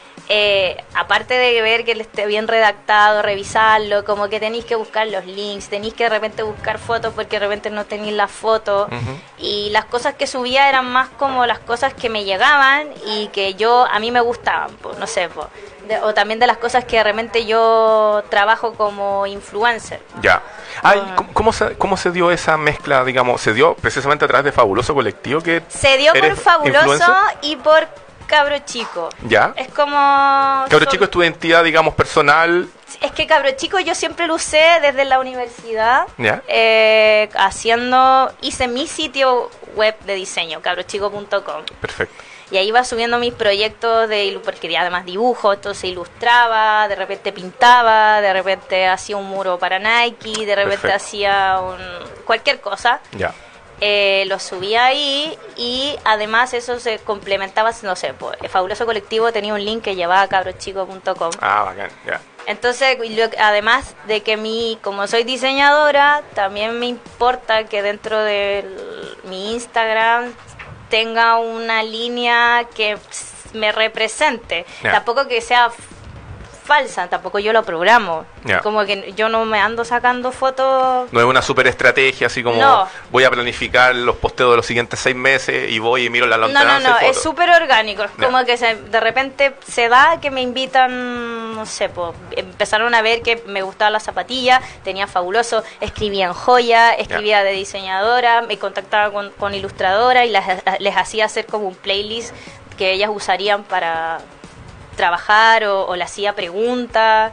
eh, aparte de ver que le esté bien redactado, revisarlo, como que tenéis que buscar los links, tenéis que de repente buscar fotos porque de repente no tenéis las fotos, Ujú. y las cosas que subía eran más como las cosas que me llegaban y que yo a mí me gustaban, po, no sé, po. De- o también de las cosas que de repente yo trabajo como influencer. Ya. Ay, Ah. ¿cómo, cómo se, ¿Cómo se dio esa mezcla, digamos? ¿Se dio precisamente a través de Fabuloso Colectivo que Se dio por eres Fabuloso influencer? y por Cabro Chico. ¿Ya? Es como... Cabro son- Chico es tu identidad, digamos, personal. Es que Cabro Chico yo siempre lo usé desde la universidad, ¿Ya? eh, haciendo... Hice mi sitio web de diseño, cabrochico punto com. Perfecto. Y ahí iba subiendo mis proyectos, de ilu- porque además dibujo, entonces ilustraba, de repente pintaba, de repente hacía un muro para Nike, de repente Perfecto. hacía un, cualquier cosa. Ya. Eh, lo subía ahí y además eso se complementaba, no sé, pues, el Fabuloso Colectivo tenía un link que llevaba a cabrochico punto com. Ah, bacán, ya. Entonces, y lo- además de que mi, como soy diseñadora, también me importa que dentro de mi Instagram tenga una línea que ps, me represente. Ya. Tampoco que sea f- falsa, tampoco yo lo programo. Ya. Como que yo no me ando sacando fotos. No es una super estrategia, así como No. voy a planificar los posteos de los siguientes seis meses y voy y miro la No, lontananza no, no, y es foto. súper orgánico. Es Ya. como que se, de repente se da que me invitan, no sé, pues, empezaron a ver que me gustaba la zapatilla, tenía Fabuloso, escribía en Joya, escribía de diseñadora, me contactaba con, con ilustradora y las, les hacía hacer como un playlist que ellas usarían para trabajar o, o le hacía preguntas.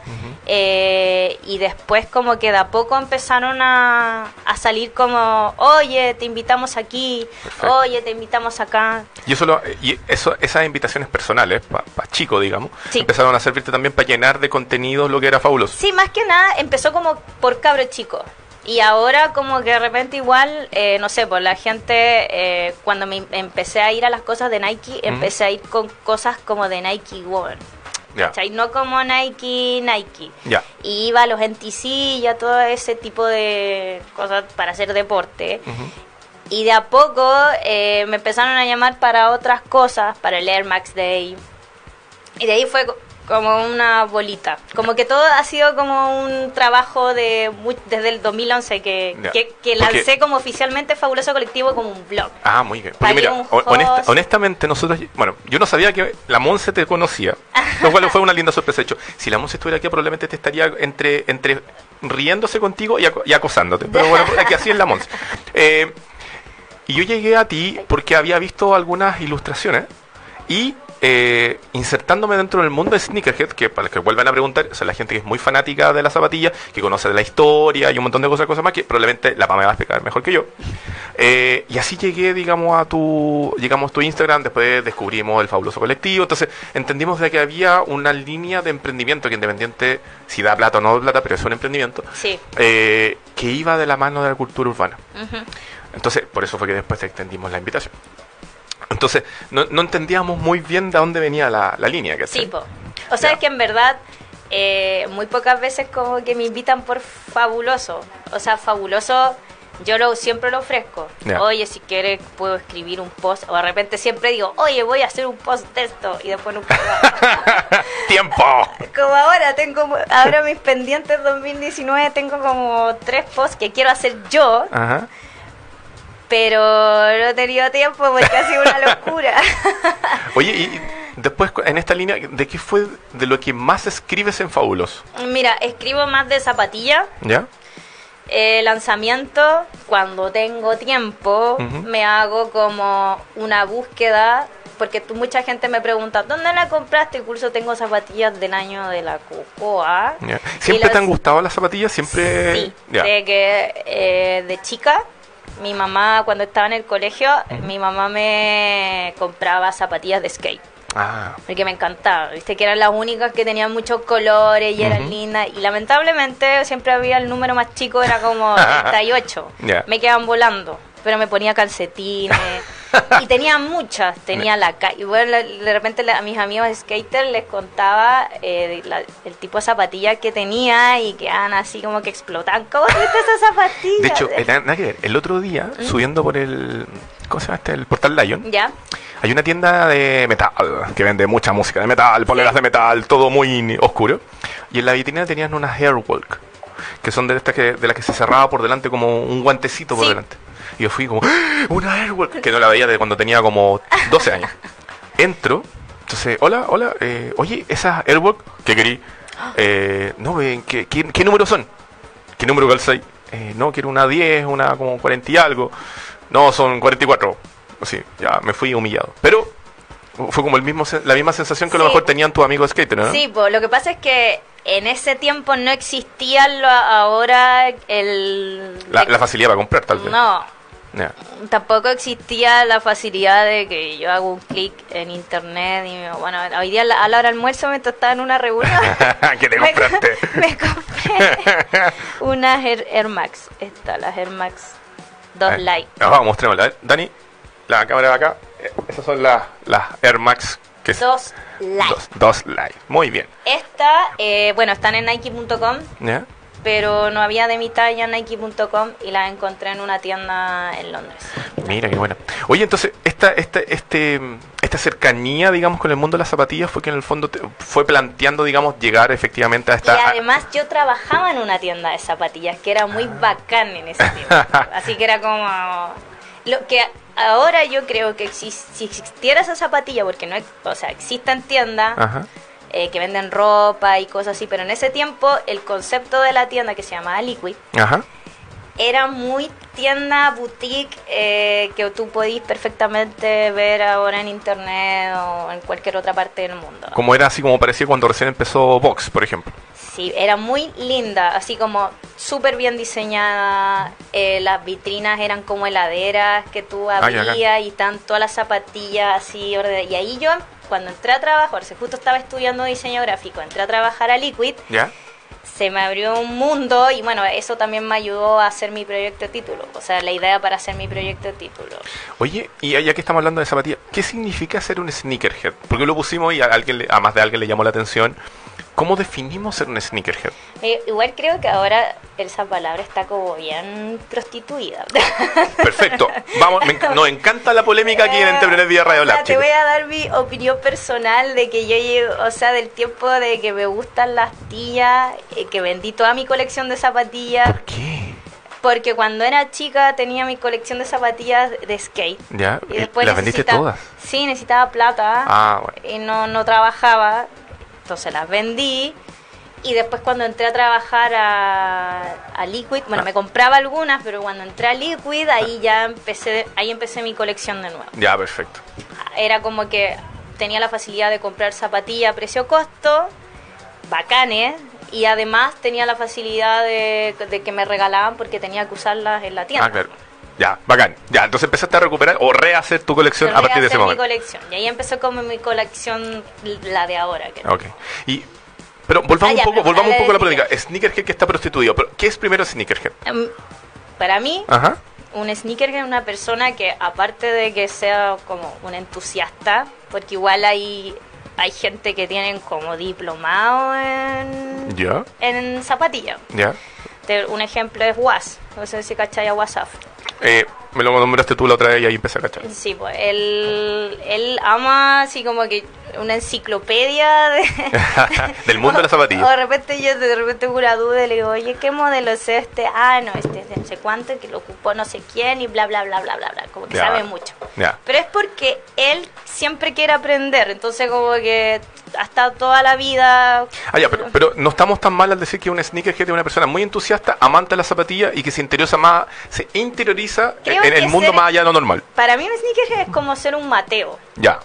eh, y después como que de a poco empezaron a, a salir como, oye, te invitamos aquí, Perfecto. oye, te invitamos acá. Y eso, lo- y eso esas invitaciones personales, para chico, digamos, Sí. empezaron a servirte también para llenar de contenidos lo que era Fabuloso. Sí, más que nada empezó como por cabro chico. Y ahora como que de repente igual, eh, no sé, pues la gente, eh, cuando me empecé a ir a las cosas de Nike, empecé a ir con cosas como de Nike Woman. Ya. ¿Cachai? No como Nike, Nike. Ya. Y iba a los N T C y a todo ese tipo de cosas para hacer deporte. Ujú. Y de a poco eh, me empezaron a llamar para otras cosas, para el Air Max Day. Y de ahí fue co- como una bolita. Como que todo ha sido como un trabajo de mu- desde el dos mil once que, Ya. que, que Porque- lancé como oficialmente Fabuloso Colectivo como un blog. Ah, muy bien. Porque Pagué mira, un ho- honesta- host. honestamente nosotros, bueno, yo no sabía que la Monse te conocía, lo cual fue una linda sorpresa. De hecho, si la Monse estuviera aquí probablemente te estaría entre entre riéndose contigo y, aco- y acosándote. Pero bueno, porque así es la Monse. Eh, y yo llegué a ti porque había visto algunas ilustraciones y eh, insertándome dentro del mundo de sneakerhead, que para los que vuelvan a preguntar, o sea, la gente que es muy fanática de la zapatilla, que conoce de la historia y un montón de cosas, cosas más, que probablemente la Pame va a explicar mejor que yo. Eh, y así llegué, digamos, a tu, llegamos a tu Instagram, después descubrimos el Fabuloso Colectivo, entonces entendimos de que había una línea de emprendimiento que independiente si da plata o no da plata, pero es un emprendimiento, Sí. eh, que iba de la mano de la cultura urbana. Ujú. Entonces, por eso fue que después te extendimos la invitación. Entonces, no, no entendíamos muy bien de dónde venía la, la línea. ¿Cachai? Sí, po. O sea, Ya. es que en verdad eh, muy pocas veces como que me invitan por fabuloso. O sea, fabuloso yo lo siempre lo ofrezco. Ya. Oye, si quieres puedo escribir un post. O de repente siempre digo, oye, voy a hacer un post de esto. Y después nunca lo hago. ¡Tiempo! Como ahora tengo, ahora mis pendientes dos mil diecinueve tengo como tres posts que quiero hacer yo. Ajá. Pero no he tenido tiempo porque ha sido una locura. Oye, y después en esta línea, ¿de qué fue de lo que más escribes en Fabuloso? Mira, escribo más de zapatilla. ¿Ya? Eh, lanzamiento, cuando tengo tiempo, Ujú. me hago como una búsqueda, porque tú, mucha gente me pregunta, ¿dónde la compraste? Incluso tengo zapatillas del año de la Cocoa. ¿Ya? Y ¿Siempre las- te han gustado las zapatillas? ¿Siempre? Sí, Ya. de que eh, de chica, mi mamá, cuando estaba en el colegio, mi mamá me compraba zapatillas de skate. Ah, Porque me encantaba, viste que eran las únicas que tenían muchos colores y eran Ujú. lindas. Y lamentablemente siempre había el número más chico, era como treinta y ocho. Ya. Me quedaban volando, pero me ponía calcetines. Y tenía muchas, tenía la ca- y bueno, la- de repente la- a mis amigos skaters les contaba eh, de la- el tipo de zapatillas que tenía y que eran así como que explotaban. ¿Cómo tuviste esas zapatillas? de hecho, eh, nada nada que ver. El otro día, subiendo por el... ¿Cómo se llama este? El Portal Lion. ¿Ya? Hay una tienda de metal que vende mucha música de metal, poleras de metal, todo muy oscuro. Y en la vitrina tenían unas Airwalk, que son de estas que, de las que se cerraba por delante como un guantecito por Sí. delante. Y yo fui como, ¡ah! Una Airwalk, que no la veía desde cuando tenía como doce años. Entro, entonces, hola, hola, eh, oye, esas Airwalk, ¿qué querí? Eh, no, eh, ¿qué, qué, qué número son? ¿Qué número calzáis? Eh, no, quiero una diez, una como cuarenta y algo. No, son cuarenta y cuatro. Sí, ya me fui humillado. Pero fue como el mismo sen- la misma sensación que a lo Sí. mejor tenían tus amigos skater, ¿no? Sí, pues lo que pasa es que en ese tiempo no existía lo ahora el... La, la facilidad para comprar, tal vez. No, Ya. tampoco existía la facilidad de que yo hago un clic en internet y me- bueno, hoy día a la a la hora del almuerzo mientras estaba en una reunión ¿Qué te me, co- compraste? me compré unas Air, Air Max, esta, las Air Max dos Ah, Lite. Vamos, mostrémosla. A ver, Dani, la cámara de acá. Eh, Esas son las, las Air Max. Que es- Dos Lite. Dos, dos Lite. Muy bien. Esta, eh, bueno, están en Nike punto com, ¿Ya? pero no había de mi talla en Nike punto com y las encontré en una tienda en Londres. Mira, qué buena. Oye, entonces, esta, esta, este, esta cercanía, digamos, con el mundo de las zapatillas fue que en el fondo te fue planteando, digamos, llegar efectivamente a Y esta... además yo trabajaba en una tienda de zapatillas que era muy bacán en ese tiempo. Así que era como... Lo que ahora yo creo que exis- si existiera esa zapatilla, porque no, ex- o sea, existen tiendas Ajá. eh, que venden ropa y cosas así, pero en ese tiempo el concepto de la tienda que se llamaba Liquid Ajá. era muy tienda boutique eh, que tú podís perfectamente ver ahora en internet o en cualquier otra parte del mundo. Como era así como parecía cuando recién empezó Vox, por ejemplo. Sí, era muy linda, así como súper bien diseñada. eh, las vitrinas eran como heladeras que tú Ah, qué abrías y están todas las zapatillas así ordenadas. Y ahí yo, cuando entré a trabajar, se justo estaba estudiando diseño gráfico, entré a trabajar a Liquid, ¿Ya? se me abrió un mundo y bueno, eso también me ayudó a hacer mi proyecto de título. O sea, la idea para hacer mi proyecto de título. Oye, y ya que estamos hablando de zapatillas, ¿qué significa ser un sneakerhead? Porque lo pusimos y a, alguien le- a más de alguien le llamó la atención. ¿Cómo definimos ser un sneakerhead? Eh, igual creo que ahora esa palabra está como bien prostituida. Perfecto. Vamos, me enc- nos encanta la polémica aquí en Entrepreneur Vía Radio O sea, Lab, te chicos. voy a dar mi opinión personal de que yo llevo, o sea, del tiempo de que me gustan las tillas, eh, que vendí toda mi colección de zapatillas, ¿Por qué? porque cuando era chica tenía mi colección de zapatillas de skate. ¿Ya? Y después ¿Las vendiste necesita- todas? Sí, necesitaba plata Ah, bueno. y no, no trabajaba, entonces las vendí. Y después cuando entré a trabajar a, a Liquid, bueno, Ah. me compraba algunas, pero cuando entré a Liquid, ahí ya empecé, ahí empecé mi colección de nuevo. Ya, perfecto. Era como que tenía la facilidad de comprar zapatillas a precio-costo, bacanes, y además tenía la facilidad de, de que me regalaban porque tenía que usarlas en la tienda. Ah, claro. Ya, bacán. Ya, entonces empezaste a recuperar o rehacer tu colección a partir de ese momento. Mi colección. Y ahí empezó como mi colección, la de ahora. Que ok. Y, pero volvamos ah, ya, un poco, pero volvamos un poco a la sneaker. polémica. Sneakerhead que está prostituido. Pero, ¿qué es primero Sneakerhead? Um, para mí, Ajá. un sneakerhead es una persona que, aparte de que sea como un entusiasta, porque igual hay... Hay gente que tienen como diplomado en, Ya. en zapatillas. Ya. Te- Un ejemplo es Was. No sé si cachai a WhatsApp. Eh, me lo nombraste tú la otra vez y ahí empecé a cachar. Sí, pues él, él ama así como que una enciclopedia de... Del mundo de la O zapatilla. de repente yo de repente tengo una duda y le digo, oye, ¿qué modelo es este? Ah, no, este es de no sé cuánto, que lo ocupó no sé quién y bla, bla, bla, bla, bla, bla. Como que Ya. sabe mucho. Ya. Pero es porque él siempre quiere aprender, entonces como que ha estado toda la vida... Ah, ya, pero, pero no estamos tan mal al decir que un sneakerhead es una persona muy entusiasta, amante de la zapatilla y que se interioriza más, se interioriza Creo en que el mundo ser- más allá de lo normal. Para mí un sneakerhead es como ser un Mateo. Ya,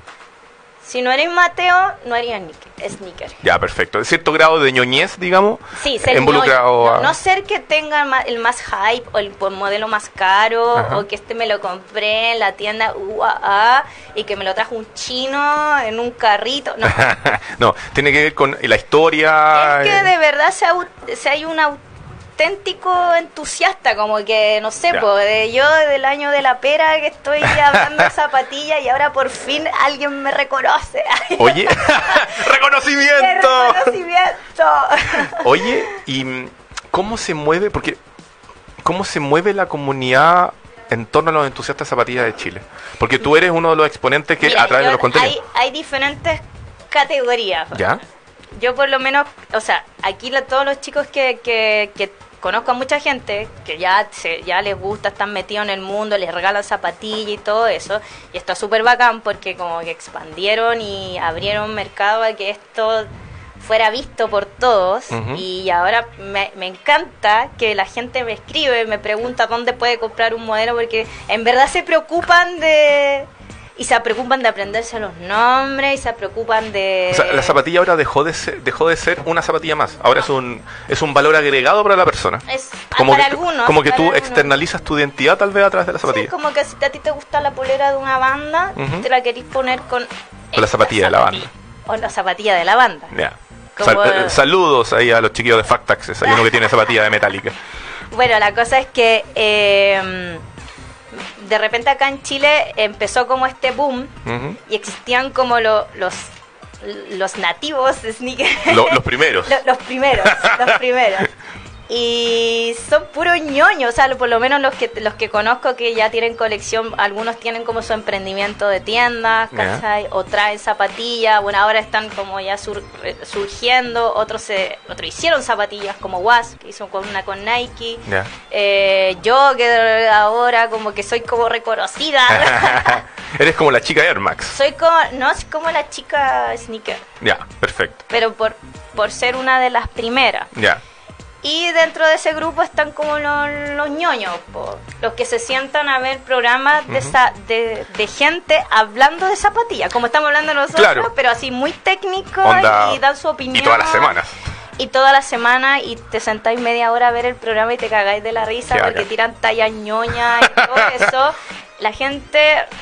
Si no eres Mateo, no eres sneaker- sneaker. ya, perfecto. De cierto grado de ñoñez, digamos, Sí, ser involucrado ñoño. a... no, no ser que tenga ma- el más hype o el po- modelo más caro Ajá. o que este me lo compré en la tienda U A A y que me lo trajo un chino en un carrito. No, no, tiene que ver con la historia. es que eh, de verdad sea, au- sea hay un auténtico entusiasta, como que, no sé, Ya. pues, de yo del año de la pera que estoy hablando de zapatillas y ahora por fin alguien me reconoce. Oye, ¡Qué reconocimiento. reconocimiento! Oye, ¿y mm, cómo se mueve? Porque, ¿cómo se mueve la comunidad en torno a los entusiastas de zapatillas de Chile? Porque tú eres uno de los exponentes que Mira, a través yo- de los contenidos. Hay, hay diferentes categorías. ¿Ya? Yo por lo menos, o sea, aquí la- todos los chicos que, que, que conozco a mucha gente que ya se, ya les gusta, están metidos en el mundo, les regalan zapatillas y todo eso, y está súper bacán porque como que expandieron y abrieron mercado a que esto fuera visto por todos. Ujú. Y ahora me, me encanta que la gente me escribe, me pregunta dónde puede comprar un modelo, porque en verdad se preocupan de... Y se preocupan de aprenderse los nombres, y se preocupan de... O sea, la zapatilla ahora dejó de ser, dejó de ser una zapatilla más. Ahora es un es un valor agregado para la persona. Es Como para que, algunos. como que para tú algunos. externalizas tu identidad tal vez a través de la Sí, zapatilla. es como que si a ti te gusta la polera de una banda, Ujú. te la querís poner con... Con la esta zapatilla de la zapatilla. O la zapatilla de la banda. Ya. Como- Sal- eh, saludos ahí a los chiquillos de Fact Access. Hay uno que tiene zapatilla de metálica. Bueno, la cosa es que eh, de repente acá en Chile empezó como este boom Ujú. y existían como lo- los los nativos sneakers. Lo- los primeros. Lo- los primeros, los primeros. Y son puros ñoños, o sea, por lo menos los que los que conozco que ya tienen colección, algunos tienen como su emprendimiento de tiendas, Ya. ¿cachai? O traen zapatillas, bueno, ahora están como ya sur- eh, surgiendo, otros se otros hicieron zapatillas como Was, que hizo con una con Nike. Ya. Eh, yo que ahora como que soy como reconocida. Eres como la chica Air Max. Soy como, no es como la chica sneaker, Ya, perfecto. pero por, por ser una de las primeras. Ya. Y dentro de ese grupo están como los, los ñoños, po, los que se sientan a ver programas de, sa- de, de gente hablando de zapatillas, como estamos hablando nosotros, Claro. pero así muy técnico Onda- y dan su opinión. Y todas las semanas. Y toda la semana y te sentáis media hora a ver el programa y te cagáis de la risa Qué porque bacán. tiran tallas ñoñas y todo eso. La gente...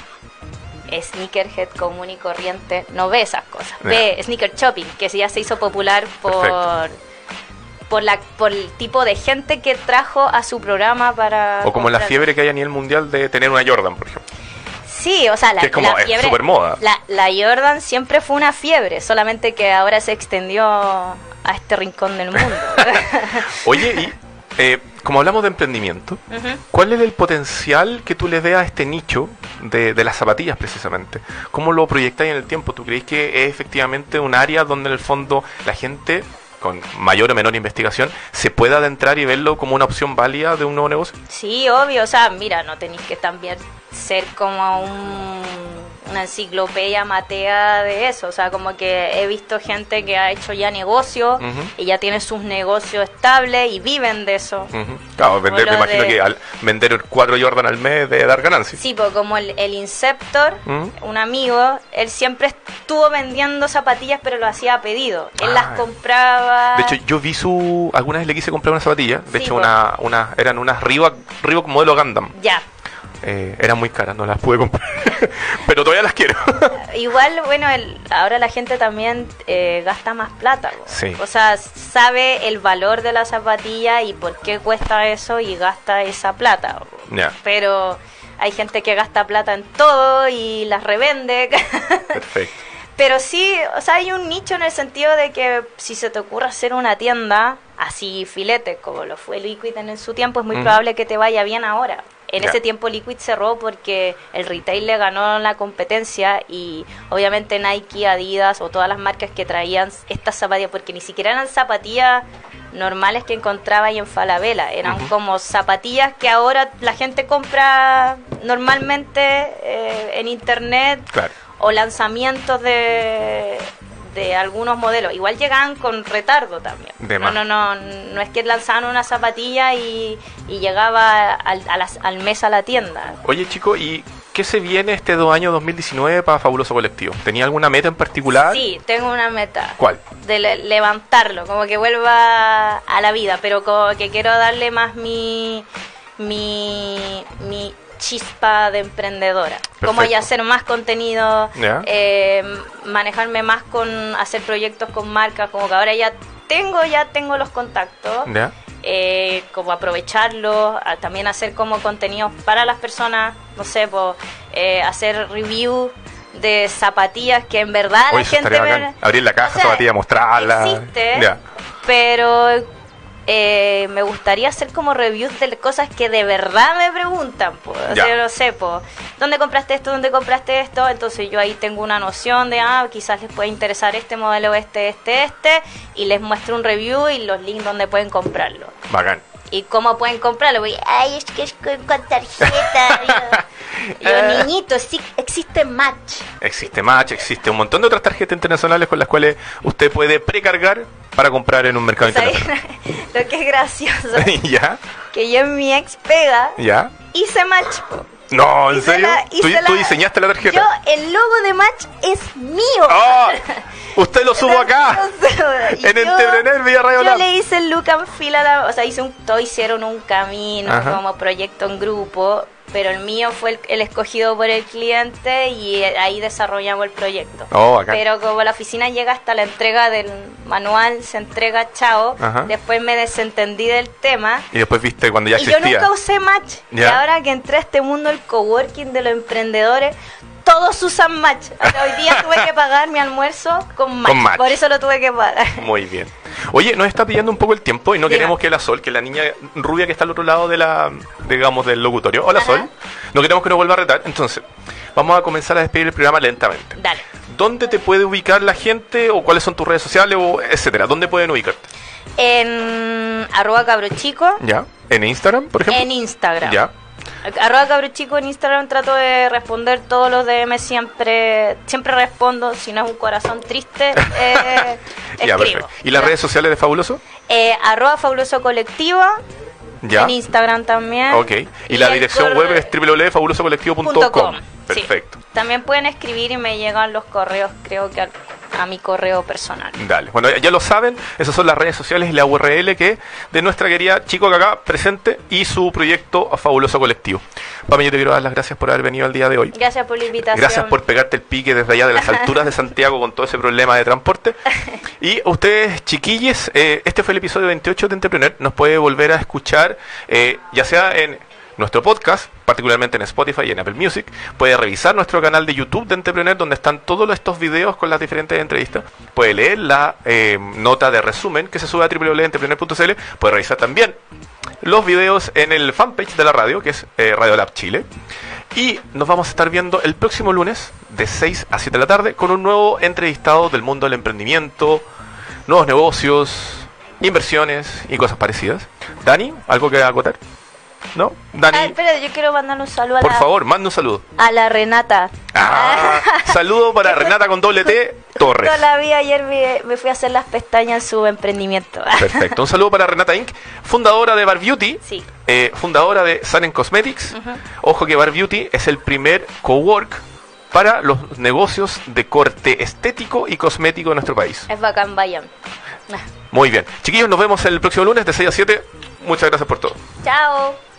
Sneakerhead común y corriente no ve esas cosas. Ya. Ve sneaker shopping, que ya se hizo popular por Perfecto. por la por el tipo de gente que trajo a su programa para O como la comprar. fiebre que hay a nivel mundial de tener una Jordan, por ejemplo. Sí, o sea, la, Que es como- la es fiebre súper moda. La, la Jordan siempre fue una fiebre, solamente que ahora se extendió a este rincón del mundo. Oye, y eh, como hablamos de emprendimiento, Ujú. ¿cuál es el potencial que tú le veas a este nicho de, de las zapatillas precisamente? ¿Cómo lo proyectáis en el tiempo? ¿Tú creéis que es efectivamente un área donde en el fondo la gente, con mayor o menor investigación, se pueda adentrar y verlo como una opción válida de un nuevo negocio? Sí, obvio, o sea, mira, no tenéis que también ser como un, una enciclopedia matea de eso, o sea, como que he visto gente que ha hecho ya negocio Ujú. y ya tiene sus negocios estables y viven de eso. Ujú. Claro, vender, O me lo imagino de- que al vender cuatro Jordan al mes de dar ganancias. Sí, pues como el, el Inceptor, Ujú. un amigo, él siempre estuvo vendiendo zapatillas, pero lo hacía a pedido. Él Ah. las compraba. De hecho, yo vi su... Alguna vez le quise comprar una zapatilla. De Sí, hecho, po. una, una, eran unas Reebok, Reebok modelo Gundam. Ya. Eh, eran muy caras, no las pude comprar. Pero todavía las quiero. Igual, bueno, el- ahora la gente también eh, gasta más plata. po. Sí. O sea, sabe el valor de la zapatilla y por qué cuesta eso y gasta esa plata. po. Ya. Pero hay gente que gasta plata en todo y las revende. Perfecto. Pero sí, o sea, hay un nicho en el sentido de que si se te ocurre hacer una tienda así filete, como lo fue Liquid en su tiempo, es muy Ujú. probable que te vaya bien ahora. En Ya. ese tiempo Liquid cerró porque el retail le ganó la competencia y obviamente Nike, Adidas o todas las marcas que traían estas zapatillas, porque ni siquiera eran zapatillas normales que encontraba ahí en Falabella, eran Ujú. como zapatillas que ahora la gente compra normalmente eh, en internet Claro. o lanzamientos de, de algunos modelos. Igual llegaban con retardo también. De no, más. no, no, no es que lanzaban una zapatilla y, y llegaba al, a las- al mes a la tienda. Oye, chico, ¿y qué se viene este do- año dos mil diecinueve para Fabuloso Colectivo? ¿Tenía alguna meta en particular? Sí, tengo una meta. ¿Cuál? De le- levantarlo, como que vuelva a la vida, pero como que quiero darle más mi, mi, mi chispa de emprendedora. Como Perfecto. ya hacer más contenido, Ya. eh, manejarme más con hacer proyectos con marcas, como que ahora ya tengo, ya tengo los contactos. ¿Ya? eh, como aprovecharlo, a también hacer como contenido para las personas, no sé, pues, eh, hacer review de zapatillas que en verdad Oye, la eso gente estaría ve- bacán. Abrir la caja, o sea, zapatilla, mostrarla. existe, Ya. pero eh, me gustaría hacer como reviews de cosas que de verdad me preguntan, pues, o Ya. sea, no sé, pues, ¿dónde compraste esto? ¿Dónde compraste esto? Entonces yo ahí tengo una noción de, ah, quizás les puede interesar este modelo, este, este, este, y les muestro un review y los links donde pueden comprarlo. Bacán. ¿Y cómo pueden comprarlo? Voy, ay, es que es con, con tarjeta. Yo, yo, Eh. niñito, sí, existe Match. Existe Match, existe un montón de otras tarjetas internacionales con las cuales usted puede precargar para comprar en un mercado ¿Sabes? internacional. Lo que es gracioso, ¿Ya? que yo en mi ex pega ¿Ya? hice Match. po. No, ¿en Hice serio? la- ¿Tú, hice tú la- diseñaste la tarjeta? Yo, el logo de Match es mío. ¡Oh! Usted lo subo acá. Y En yo- Entrepreneur vía Radio Yo Lab. le hice el look and feel a la... O sea, hice un, todos hicieron un camino Ajá. como proyecto en grupo, pero el mío fue el, el escogido por el cliente y eh, ahí desarrollamos el proyecto. Oh, acá. Pero como la oficina llega hasta la entrega del manual, se entrega, chao, Ajá. después me desentendí del tema. Y después viste cuando ya Y yo existía. nunca usé Match. Y Ya. ahora que entré a este mundo del coworking de los emprendedores, todos usan Match. Hasta hoy día tuve que pagar mi almuerzo con Match. Con Match. Por eso lo tuve que pagar. Muy bien. Oye, nos está pidiendo un poco el tiempo y no Dime. queremos que la Sol, que es la niña rubia que está al otro lado de la, digamos, del locutorio. Hola, Ajá. Sol. No queremos que nos vuelva a retar. Entonces, vamos a comenzar a despedir el programa lentamente. Dale. ¿Dónde te puede ubicar la gente o cuáles son tus redes sociales o etcétera? ¿Dónde pueden ubicarte? En arroba cabrochico, ¿Ya? ¿En Instagram, por ejemplo? en Instagram. ¿Ya? Arroba cabrochico en Instagram, trato de responder todos los D M, siempre siempre respondo, si no es un corazón triste, eh, Ya, escribo. perfecto. ¿Y las Ya. redes sociales de Fabuloso? Eh, arroba fabuloso colectivo, ¿Ya? en Instagram también. Ok. Y, la el dirección corre- web es doble u doble u doble u punto fabuloso colectivo punto punto com. com, Perfecto. sí. También pueden escribir y me llegan los correos, creo que al- a mi correo personal. Dale. Bueno, ya lo saben, esas son las redes sociales y la U R L que de nuestra querida Chico Cacá presente y su proyecto Fabuloso Colectivo. Pame, yo te quiero dar las gracias por haber venido el día de hoy. Gracias por la invitación. Gracias por pegarte el pique desde allá de las alturas de Santiago con todo ese problema de transporte. Y a ustedes, chiquilles, eh, este fue el episodio veintiocho de Entrepreneur. Nos puede volver a escuchar, eh, ya sea en nuestro podcast, particularmente en Spotify y en Apple Music. Puede revisar nuestro canal de YouTube de Entrepreneur, donde están todos estos videos con las diferentes entrevistas. Puede leer la eh, nota de resumen que se sube a doble u doble u doble u punto entrepreneur punto c l. Puede revisar también los videos en el fanpage de la radio, que es eh, Radio Lab Chile. Y nos vamos a estar viendo el próximo lunes de seis a siete de la tarde con un nuevo entrevistado del mundo del emprendimiento, nuevos negocios, inversiones y cosas parecidas. Dani, ¿algo que acotar? ¿No? Dani, Ah, espera, yo quiero mandar un saludo a por la, favor, manda un saludo. a la Renata. Ah, saludo para Renata con doble T Torres. Justo la vi ayer, me, me fui a hacer las pestañas en su emprendimiento. Perfecto. Un saludo para Renata Inc, fundadora de Bar Beauty, Sí. eh, fundadora de Sun Cosmetics. Ujú. Ojo que Bar Beauty es el primer cowork para los negocios de corte estético y cosmético de nuestro país. Es bacán, vayan. Muy bien. Chiquillos, nos vemos el próximo lunes de seis a siete. Muchas gracias por todo. Chao.